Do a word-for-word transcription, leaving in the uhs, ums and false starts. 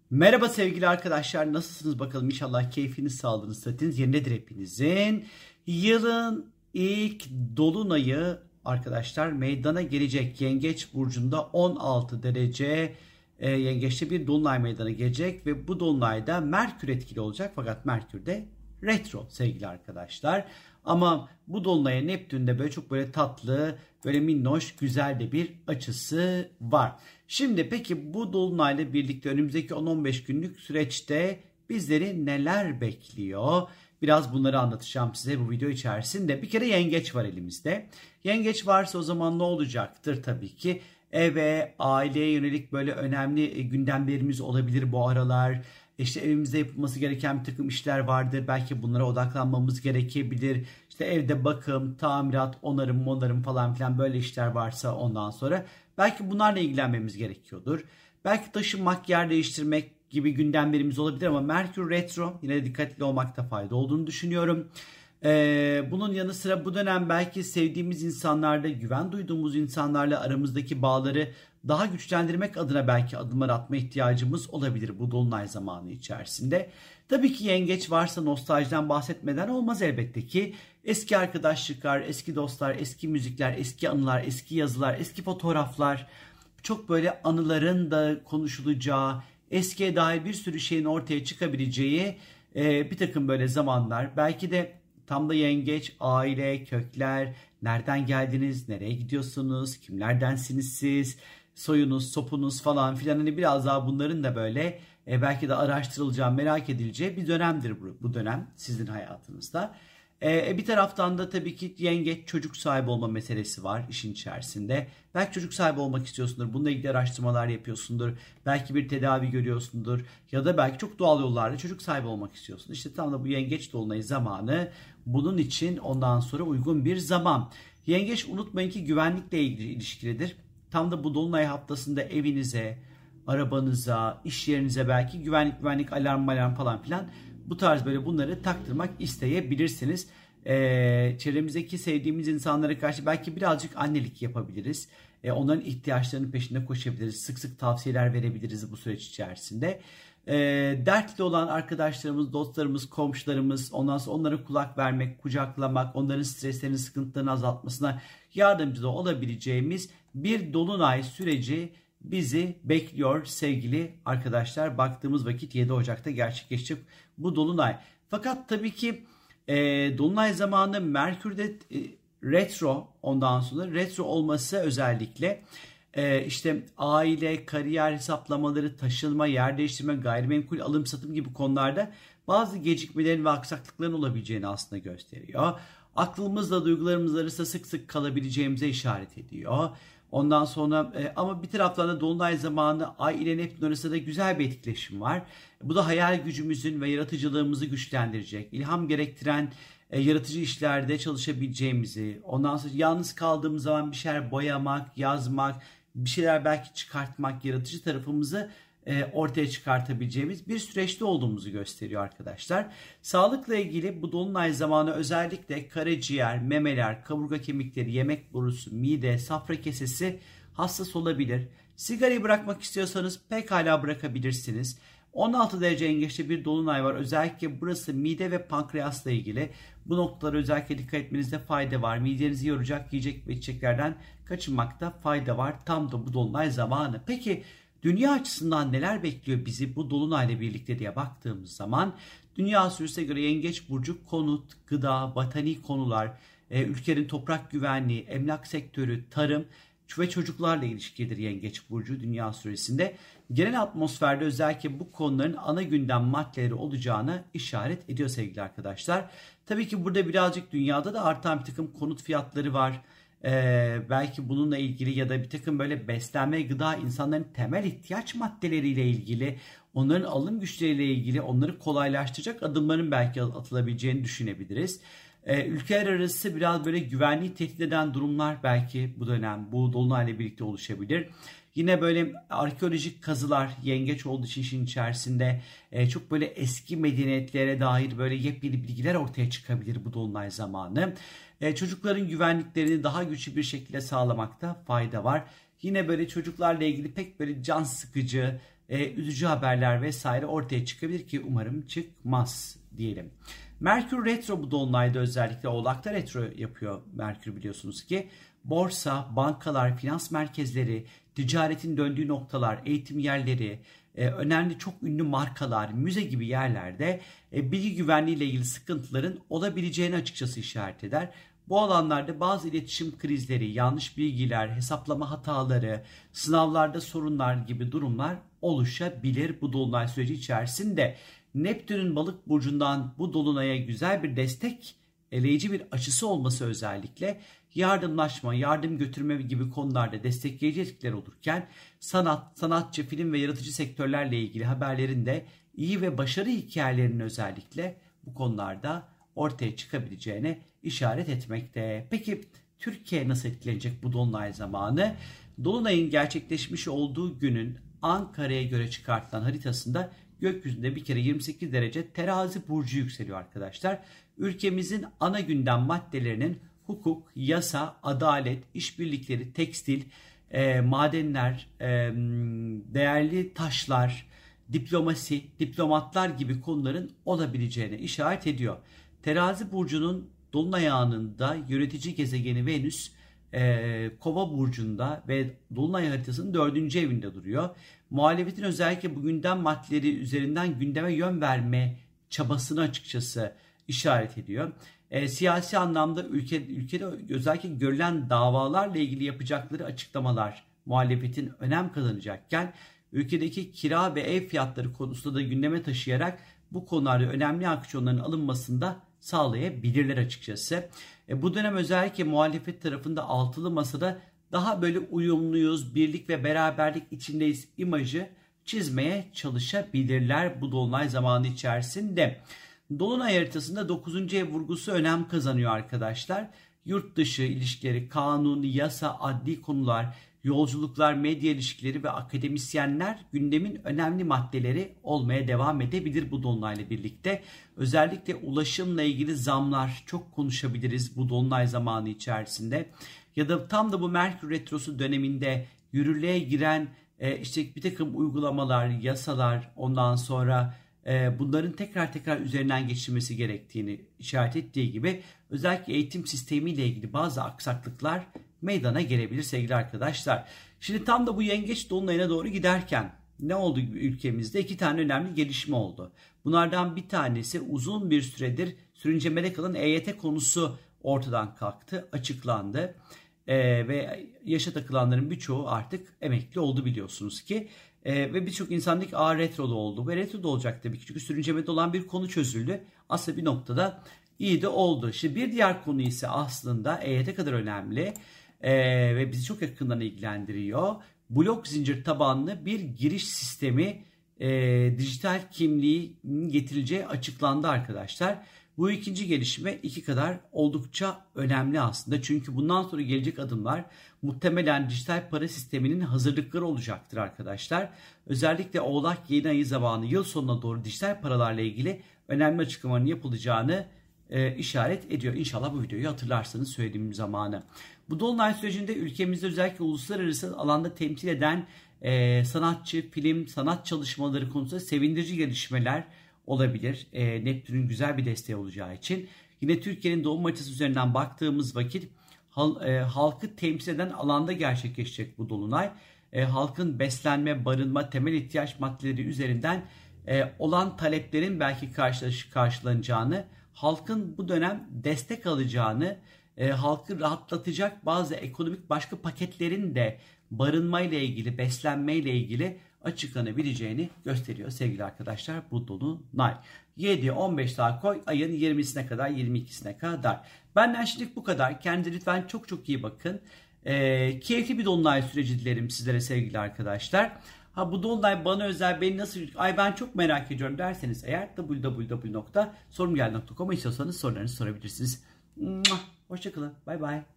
Merhaba sevgili arkadaşlar, nasılsınız bakalım? İnşallah keyfiniz, sağlığınız, sıhhatiniz yerindedir hepinizin. Yılın ilk dolunayı arkadaşlar meydana gelecek. Yengeç burcunda on altı derece e, yengeçte bir dolunay meydana gelecek ve bu dolunayda Merkür etkili olacak, fakat Merkür de retro sevgili arkadaşlar. Ama bu dolunaya Neptün'de böyle çok böyle tatlı, böyle minnoş, güzel de bir açısı var. Şimdi peki bu dolunayla birlikte önümüzdeki on on beş günlük süreçte bizleri neler bekliyor? Biraz bunları anlatacağım size bu video içerisinde. Bir kere yengeç var elimizde. Yengeç varsa o zaman ne olacaktır? Tabii ki eve, aileye yönelik böyle önemli gündemlerimiz olabilir bu aralar. İşte evimizde yapılması gereken bir takım işler vardır. Belki bunlara odaklanmamız gerekebilir. İşte evde bakım, tamirat, onarım, onarım falan filan böyle işler varsa ondan sonra belki bunlarla ilgilenmemiz gerekiyordur. Belki taşınmak, yer değiştirmek gibi gündemlerimiz olabilir ama Merkür Retro, yine de dikkatli olmakta fayda olduğunu düşünüyorum. Ee, bunun yanı sıra bu dönem belki sevdiğimiz insanlarla, güven duyduğumuz insanlarla aramızdaki bağları daha güçlendirmek adına belki adımlar atma ihtiyacımız olabilir bu dolunay zamanı içerisinde. Tabii ki yengeç varsa nostaljiden bahsetmeden olmaz elbette ki. Eski arkadaşlıklar, eski dostlar, eski müzikler, eski anılar, eski yazılar, eski fotoğraflar, çok böyle anıların da konuşulacağı, eskiye dair bir sürü şeyin ortaya çıkabileceği e, bir takım böyle zamanlar. Belki de tam da yengeç, aile, kökler, nereden geldiniz, nereye gidiyorsunuz, kimlerdensiniz siz, soyunuz, sopunuz falan filan, hani biraz daha bunların da böyle e, belki de araştırılacağı, merak edileceği bir dönemdir bu, bu dönem sizin hayatınızda. E, bir taraftan da tabii ki yengeç çocuk sahibi olma meselesi var işin içerisinde. Belki çocuk sahibi olmak istiyorsundur. Bununla ilgili araştırmalar yapıyorsundur. Belki bir tedavi görüyorsundur. Ya da belki çok doğal yollarla çocuk sahibi olmak istiyorsun. İşte tam da bu yengeç dolunayı zamanı bunun için ondan sonra uygun bir zaman. Yengeç, unutmayın ki güvenlikle ilgili ilişkilidir. Tam da bu dolunay haftasında evinize, arabanıza, iş yerinize belki güvenlik güvenlik alarm alarm falan filan bu tarz böyle bunları taktırmak isteyebilirsiniz. Ee, çevremizdeki sevdiğimiz insanlara karşı belki birazcık annelik yapabiliriz. Ee, onların ihtiyaçlarının peşinde koşabiliriz. Sık sık tavsiyeler verebiliriz bu süreç içerisinde. Ee, dertli olan arkadaşlarımız, dostlarımız, komşularımız, ondan sonra onlara kulak vermek, kucaklamak, onların streslerini, sıkıntılarını azaltmasına yardımcı da olabileceğimiz bir dolunay süreci bizi bekliyor sevgili arkadaşlar. Baktığımız vakit yedi Ocak'ta gerçekleşecek bu dolunay. Fakat tabii ki e, dolunay zamanı Merkür'de e, retro, ondan sonra retro olması özellikle e, işte aile, kariyer hesaplamaları, taşınma, yer değiştirme, gayrimenkul alım satım gibi konularda bazı gecikmelerin ve aksaklıkların olabileceğini aslında gösteriyor. Aklımızla duygularımız arasında sık sık kalabileceğimize işaret ediyor. Ondan sonra e, ama bir taraftan da dolunay zamanı Ay ile Neptün arasında güzel bir etkileşim var. Bu da hayal gücümüzün ve yaratıcılığımızı güçlendirecek. İlham gerektiren e, yaratıcı işlerde çalışabileceğimizi, ondan sonra yalnız kaldığımız zaman bir şeyler boyamak, yazmak, bir şeyler belki çıkartmak, yaratıcı tarafımızı e, ortaya çıkartabileceğimiz bir süreçte olduğumuzu gösteriyor arkadaşlar. Sağlıkla ilgili bu dolunay zamanı özellikle karaciğer, memeler, kaburga kemikleri, yemek borusu, mide, safra kesesi hassas olabilir. Sigarayı bırakmak istiyorsanız pekala bırakabilirsiniz. on altı derece yengeçte bir dolunay var. Özellikle burası mide ve pankreasla ilgili. Bu noktalara özellikle dikkat etmenizde fayda var. Midenizi yoracak yiyecek ve içeceklerden kaçınmakta fayda var. Tam da bu dolunay zamanı. Peki dünya açısından neler bekliyor bizi bu dolunayla birlikte diye baktığımız zaman dünya astrolojisine göre yengeç burcu konut, gıda, botani konular, e, ülkenin toprak güvenliği, emlak sektörü, tarım ve çocuklarla ilişkidir yengeç burcu dünya astrolojisinde. Genel atmosferde özellikle bu konuların ana gündem maddeleri olacağını işaret ediyor sevgili arkadaşlar. Tabii ki burada birazcık dünyada da artan bir takım konut fiyatları var. Ee, belki bununla ilgili ya da bir takım böyle beslenme, gıda, insanların temel ihtiyaç maddeleriyle ilgili, onların alım güçleriyle ilgili onları kolaylaştıracak adımların belki atılabileceğini düşünebiliriz. Ee, ülkeler arası biraz böyle güvenliği tehdit eden durumlar belki bu dönem bu dolunayla birlikte oluşabilir. Yine böyle arkeolojik kazılar yengeç olduğu için işin içerisinde e, çok böyle eski medeniyetlere dair böyle yepyeni bilgiler ortaya çıkabilir bu dolunay zamanı. E, çocukların güvenliklerini daha güçlü bir şekilde sağlamakta fayda var. Yine böyle çocuklarla ilgili pek böyle can sıkıcı, e, üzücü haberler vesaire ortaya çıkabilir ki umarım çıkmaz diyelim. Merkür retro bu dolunayda özellikle Oğlak'ta retro yapıyor Merkür biliyorsunuz ki. Borsa, bankalar, finans merkezleri, ticaretin döndüğü noktalar, eğitim yerleri, e, önemli çok ünlü markalar, müze gibi yerlerde e, bilgi güvenliği ile ilgili sıkıntıların olabileceğini açıkçası işaret eder. Bu alanlarda bazı iletişim krizleri, yanlış bilgiler, hesaplama hataları, sınavlarda sorunlar gibi durumlar oluşabilir bu dolunay süreci içerisinde. Neptün'ün balık burcundan bu dolunaya güzel bir destek, eleyici bir açısı olması özellikle yardımlaşma, yardım götürme gibi konularda destekleyici etkiler olurken sanat, sanatçı, film ve yaratıcı sektörlerle ilgili haberlerin de iyi ve başarı hikayelerinin özellikle bu konularda ortaya çıkabileceğine işaret etmekte. Peki Türkiye nasıl etkilenecek bu dolunay zamanı? Dolunayın gerçekleşmiş olduğu günün Ankara'ya göre çıkartılan haritasında gökyüzünde bir kere yirmi sekiz derece terazi burcu yükseliyor arkadaşlar. Ülkemizin ana gündem maddelerinin hukuk, yasa, adalet, işbirlikleri, tekstil, e, madenler, e, değerli taşlar, diplomasi, diplomatlar gibi konuların olabileceğine işaret ediyor. Terazi burcunun dolunay anında yönetici gezegeni Venüs e, Kova burcunda ve dolunay haritasının dördüncü evinde duruyor. Muhalefetin özellikle bu gündem maddeleri üzerinden gündeme yön verme çabasını açıkçası işaret ediyor. E, siyasi anlamda ülke, ülkede özellikle görülen davalarla ilgili yapacakları açıklamalar muhalefetin önem kazanacakken ülkedeki kira ve ev fiyatları konusunda da gündeme taşıyarak bu konularda önemli aksiyonların alınmasında sağlayabilirler açıkçası. E, bu dönem özellikle muhalefet tarafında altılı masada daha böyle uyumluyuz, birlik ve beraberlik içindeyiz imajı çizmeye çalışabilirler bu dolunay zamanı içerisinde. Dolunay haritasında dokuzuncu ev vurgusu önem kazanıyor arkadaşlar. Yurt dışı ilişkileri, kanun, yasa, adli konular, yolculuklar, medya ilişkileri ve akademisyenler gündemin önemli maddeleri olmaya devam edebilir bu dolunayla birlikte. Özellikle ulaşımla ilgili zamlar çok konuşabiliriz bu dolunay zamanı içerisinde. Ya da tam da bu Merkür Retrosu döneminde yürürlüğe giren e, işte bir takım uygulamalar, yasalar, ondan sonra e, bunların tekrar tekrar üzerinden geçilmesi gerektiğini işaret ettiği gibi özellikle eğitim sistemiyle ilgili bazı aksaklıklar meydana gelebilir sevgili arkadaşlar. Şimdi tam da bu yengeç dolunayına doğru giderken ne oldu ülkemizde? İki tane önemli gelişme oldu. Bunlardan bir tanesi uzun bir süredir sürüncemede kalan E Y T konusu ortadan kalktı, açıklandı. Ee, ve yaşa takılanların birçoğu artık emekli oldu biliyorsunuz ki. Ee, ve birçok insanlık ağır retrolu oldu. Ve retroda olacak tabii ki çünkü sürüncemede olan bir konu çözüldü. Aslında bir noktada iyi de oldu. Şimdi bir diğer konu ise aslında E Y T kadar önemli. Ee, ve bizi çok yakından ilgilendiriyor. Blok zincir tabanlı bir giriş sistemi e, dijital kimliğin getirileceği açıklandı arkadaşlar. Bu ikinci gelişme iki kadar oldukça önemli aslında. Çünkü bundan sonra gelecek adımlar muhtemelen dijital para sisteminin hazırlıkları olacaktır arkadaşlar. Özellikle Oğlak yeni ayı zamanı yıl sonuna doğru dijital paralarla ilgili önemli açıklamaların yapılacağını e, işaret ediyor. İnşallah bu videoyu hatırlarsanız söylediğim zamanı. Bu dolunay sürecinde ülkemizde özellikle uluslararası alanda temsil eden e, sanatçı, film, sanat çalışmaları konusunda sevindirici gelişmeler olabilir. E, Neptün'ün güzel bir desteği olacağı için. Yine Türkiye'nin doğum haritası üzerinden baktığımız vakit hal, e, halkı temsil eden alanda gerçekleşecek bu dolunay. E, halkın beslenme, barınma, temel ihtiyaç maddeleri üzerinden e, olan taleplerin belki karşı, karşılanacağını, halkın bu dönem destek alacağını, e, halkı rahatlatacak bazı ekonomik başka paketlerin de barınma ile ilgili, beslenme ile ilgili açıklanabileceğini gösteriyor sevgili arkadaşlar bu dolunay. yedi on beş daha koy ayın yirmisine kadar yirmi ikisine kadar. Benden şimdilik bu kadar. Kendinize lütfen çok çok iyi bakın. Ee, keyifli bir dolunay süreci dilerim sizlere sevgili arkadaşlar. Ha bu dolunay bana özel, beni nasıl, ay ben çok merak ediyorum derseniz eğer w w w nokta sorumgel nokta com'a istiyorsanız sorularınızı sorabilirsiniz. Hoşçakalın. Bay bay.